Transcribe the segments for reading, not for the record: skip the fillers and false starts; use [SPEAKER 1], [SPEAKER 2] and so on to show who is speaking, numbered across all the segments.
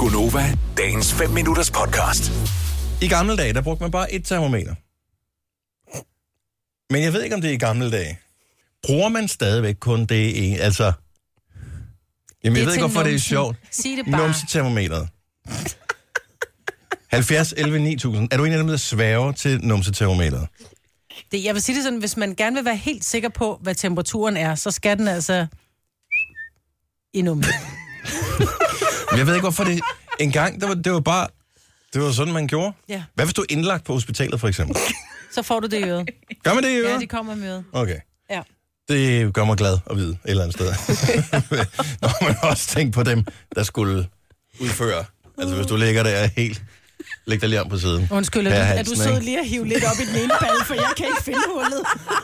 [SPEAKER 1] Gonova, dagens 5 minutters podcast.
[SPEAKER 2] I gamle dage, der brugte man bare et termometer. Men jeg ved ikke, om det er i gamle dage. Bruger man stadigvæk kun det ene? Altså, jamen, jeg ved ikke, hvorfor det er sjovt.
[SPEAKER 3] Sig det bare.
[SPEAKER 2] Numsetermometeret. 70, 11, 9000. Er du en af dem, der sværger til numsetermometeret?
[SPEAKER 3] Jeg vil sige det sådan, hvis man gerne vil være helt sikker på, hvad temperaturen er, så skal den altså i nummer.
[SPEAKER 2] Jeg ved ikke, hvorfor det... En gang, det var bare... Det var sådan, man gjorde.
[SPEAKER 3] Ja.
[SPEAKER 2] Hvad hvis du er indlagt på hospitalet, for eksempel?
[SPEAKER 3] Så får du det i øret.
[SPEAKER 2] Gør man det i øret?
[SPEAKER 3] Ja, det kommer med øret.
[SPEAKER 2] Okay.
[SPEAKER 3] Ja.
[SPEAKER 2] Det gør mig glad at vide et eller andet sted. Når man også tænker på dem, der skulle udføre. Altså, hvis du ligger der helt... Læg dig lige om på siden.
[SPEAKER 3] Undskyld, er du sød lige at hive lidt op i den ene ball, for jeg kan ikke finde hullet.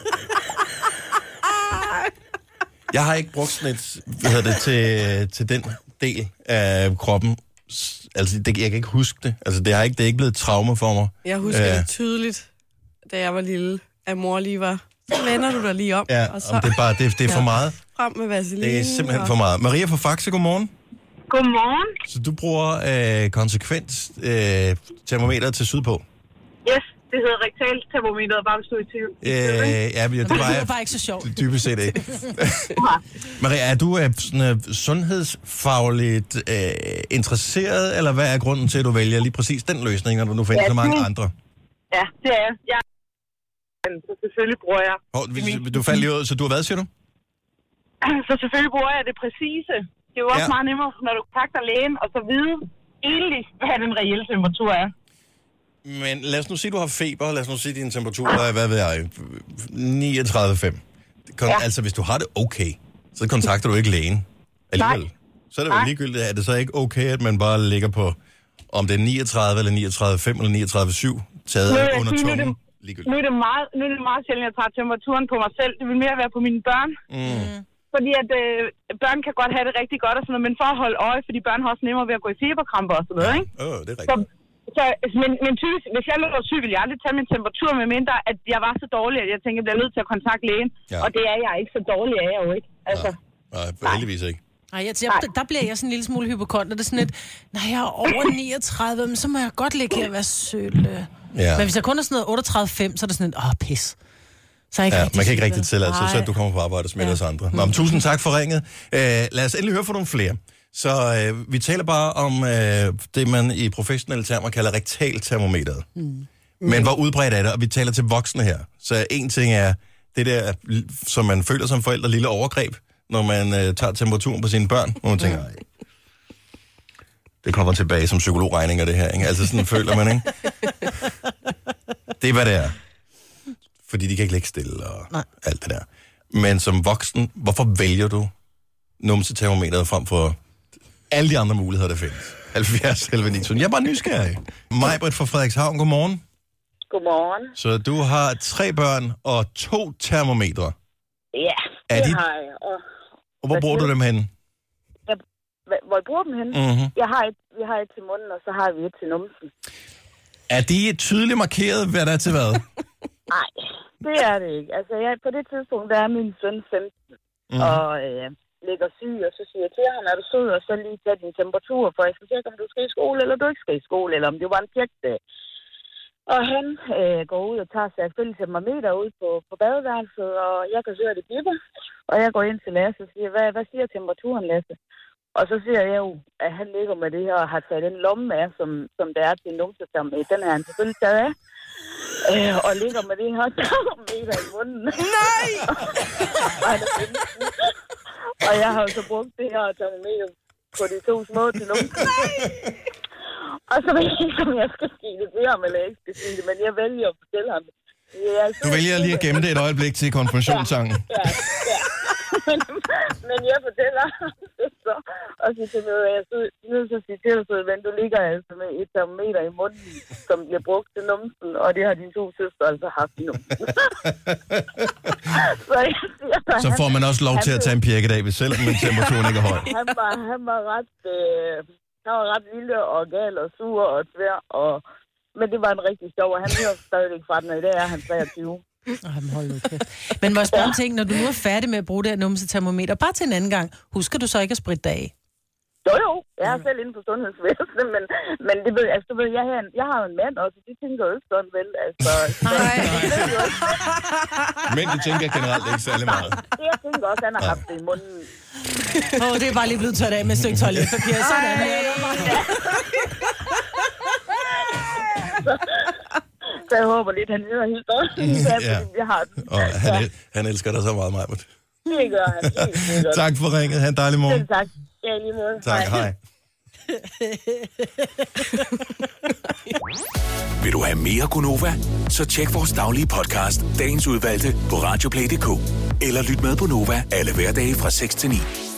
[SPEAKER 2] Jeg har ikke brugt sådan et, til den del af kroppen. Altså, jeg kan ikke huske det. Altså, det er ikke blevet et traume for mig.
[SPEAKER 4] Jeg husker det tydeligt, da jeg var lille, at mor lige var... Så vender du dig lige om.
[SPEAKER 2] Ja,
[SPEAKER 4] og så...
[SPEAKER 2] det er bare det er for meget.
[SPEAKER 4] Frem med vaseline.
[SPEAKER 2] Det er simpelthen for meget. Maria fra Faxe, godmorgen.
[SPEAKER 5] Godmorgen.
[SPEAKER 2] Så du bruger konsekvent termometer til sydpå?
[SPEAKER 5] Yes, det hedder rektalt termometer, bare hvis du er i tvivl.
[SPEAKER 2] Ja, det
[SPEAKER 3] var bare ikke så sjovt.
[SPEAKER 2] Dybest set ikke. Maria, er du sundhedsfagligt interesseret, eller hvad er grunden til, at du vælger lige præcis den løsning, når du nu finder så mange andre?
[SPEAKER 5] Ja, det er jeg. Så selvfølgelig bruger jeg...
[SPEAKER 2] Du faldt lige ud, så du har hvad, siger du?
[SPEAKER 5] Så selvfølgelig bruger jeg det præcise. Det er jo også meget nemmere, når du kontakter lægen, og så vide egentlig, hvad den reelle temperatur er.
[SPEAKER 2] Men lad os nu sige, at du har feber. Lad os nu sige, at din temperatur er, hvad ved jeg, 39,5. Altså, hvis du har det okay, så kontakter du ikke lægen alligevel. Nej. Så er det vel ligegyldigt. Er det så ikke okay, at man bare ligger på, om det er 39, eller 39,5, eller 39,7, taget under tungen?
[SPEAKER 5] Nu er det meget sjældent, at jeg tager temperaturen på mig selv. Det vil mere være på mine børn. Fordi at børn kan godt have det rigtig godt og sådan noget, men for at holde øje, fordi børn har også nemmere ved at gå i feberkramper og sådan noget, ikke?
[SPEAKER 2] Det er rigtigt.
[SPEAKER 5] Men typisk, hvis jeg lå syg, ville jeg aldrig tage min temperatur, med mindre at jeg var så dårlig, at jeg tænkte, at jeg bliver nødt til at kontakte lægen. Ja. Og det er jeg ikke. Så dårlig er jeg jo ikke. Altså,
[SPEAKER 2] nej, heldigvis ikke.
[SPEAKER 3] Nej, der bliver jeg sådan en lille smule hypokonder. Det er sådan lidt, nej, jeg er over 39, men så må jeg godt ligge her og være søl. Ja. Men hvis jeg kun er sådan noget 38,5, så er det sådan lidt, pis. Så man kan
[SPEAKER 2] ikke rigtig tillade sig, så du kommer på arbejde og smitter os andre. Nå, tusind tak for ringet. Lad os endelig høre fra nogle flere. Så vi taler bare om det, man i professionelle termer kalder rektaltermometeret. Men hvor udbredt er det? Og vi taler til voksne her. Så en ting er det der, som man føler som forældre, lille overgreb, når man tager temperaturen på sine børn. Og man tænker, det kommer tilbage som psykologregninger, det her. Ikke? Altså sådan føler man, ikke? Det er, hvad det er. Fordi de kan ikke ligge stille og alt det der. Men som voksen, hvorfor vælger du numsetermometeret frem for alle de andre muligheder, der findes? 70, 11, 9000. Jeg er bare nysgerrig. Majbrit fra Frederikshavn, godmorgen.
[SPEAKER 6] Godmorgen.
[SPEAKER 2] Så du har 3 børn og 2 termometre.
[SPEAKER 6] Ja, det har jeg.
[SPEAKER 2] Og hvor bruger du dem henne?
[SPEAKER 6] Hvor jeg bruger dem henne?
[SPEAKER 2] Mm-hmm.
[SPEAKER 6] Vi har et til munden, og så har vi et til numsen.
[SPEAKER 2] Er de tydeligt markeret, hvad der er til hvad?
[SPEAKER 6] Nej, det er det ikke. Altså, på det tidspunkt, der er min søn 15, og ligger syg, og så siger jeg til ham, er du sød, og så lige tage din temperatur, for jeg skal tjekke, om du skal i skole, eller du ikke skal i skole, eller om det var en tjekdag. Og han går ud og tager sig selvfølgelig termometer ud på badeværelset, og jeg kan høre det bipper, og jeg går ind til Lasse og siger, hvad siger temperaturen, Lasse? Og så siger jeg jo, at han ligger med det her og har taget den lomme af, som der er til numsetermometer. Den har han selvfølgelig taget af. Og ligger med det her termometer i munden. Nej! Og jeg har jo så brugt det her termometer på de 2 små til numsen. Og så ved jeg ikke, om jeg skal sige det til ham, eller ikke skal sige det, men jeg vælger at fortælle ham.
[SPEAKER 2] Du vælger lige at gemme det et øjeblik til konfirmationssangen.
[SPEAKER 6] Ja. Men jeg fortæller så, og så til noget, jeg nødt til at sige til dig, men du ligger altså med et termometer i munden, som bliver brugt til numsen, og det har dine 2 søstre altså haft i numsen.
[SPEAKER 2] Så får man også lov til at tage en pirkedag, hvis selvom temperaturen ikke er høj.
[SPEAKER 6] Han var ret lille og gal og sur og svær, men det var en rigtig sjov, og han hører stadigvæk fra den, og i dag er han 23.
[SPEAKER 3] Men må jeg spørge om ting, når du nu er færdig med at bruge det her numsetermometer, bare til en anden gang, husker du så ikke at spritte dig af?
[SPEAKER 6] Jo, jeg er selv inde på sundhedsvæsenet, men det ved, altså, du ved, jeg har jo en mand også, de tænker jo ikke sådan, vel? Altså,
[SPEAKER 2] Men de tænker generelt ikke særlig meget.
[SPEAKER 6] Jeg tænker også, han har haft det i munden.
[SPEAKER 3] Det er bare lige blevet tørt af med et stykke toiletpapir. Sådan er det.
[SPEAKER 6] Så jeg håber lidt, han hører helt godt, fordi jeg har den.
[SPEAKER 2] Og han elsker dig så meget, Majbert.
[SPEAKER 6] Det gør han.
[SPEAKER 2] Tak for ringet. Ha' en dejlig morgen.
[SPEAKER 6] Selv tak. Ja, lige måde.
[SPEAKER 2] Tak, hej.
[SPEAKER 1] Vil du have mere Gunova? Så tjek vores daglige podcast, dagens udvalgte, på radioplay.dk. Eller lyt med på Nova alle hverdage fra 6 til 9.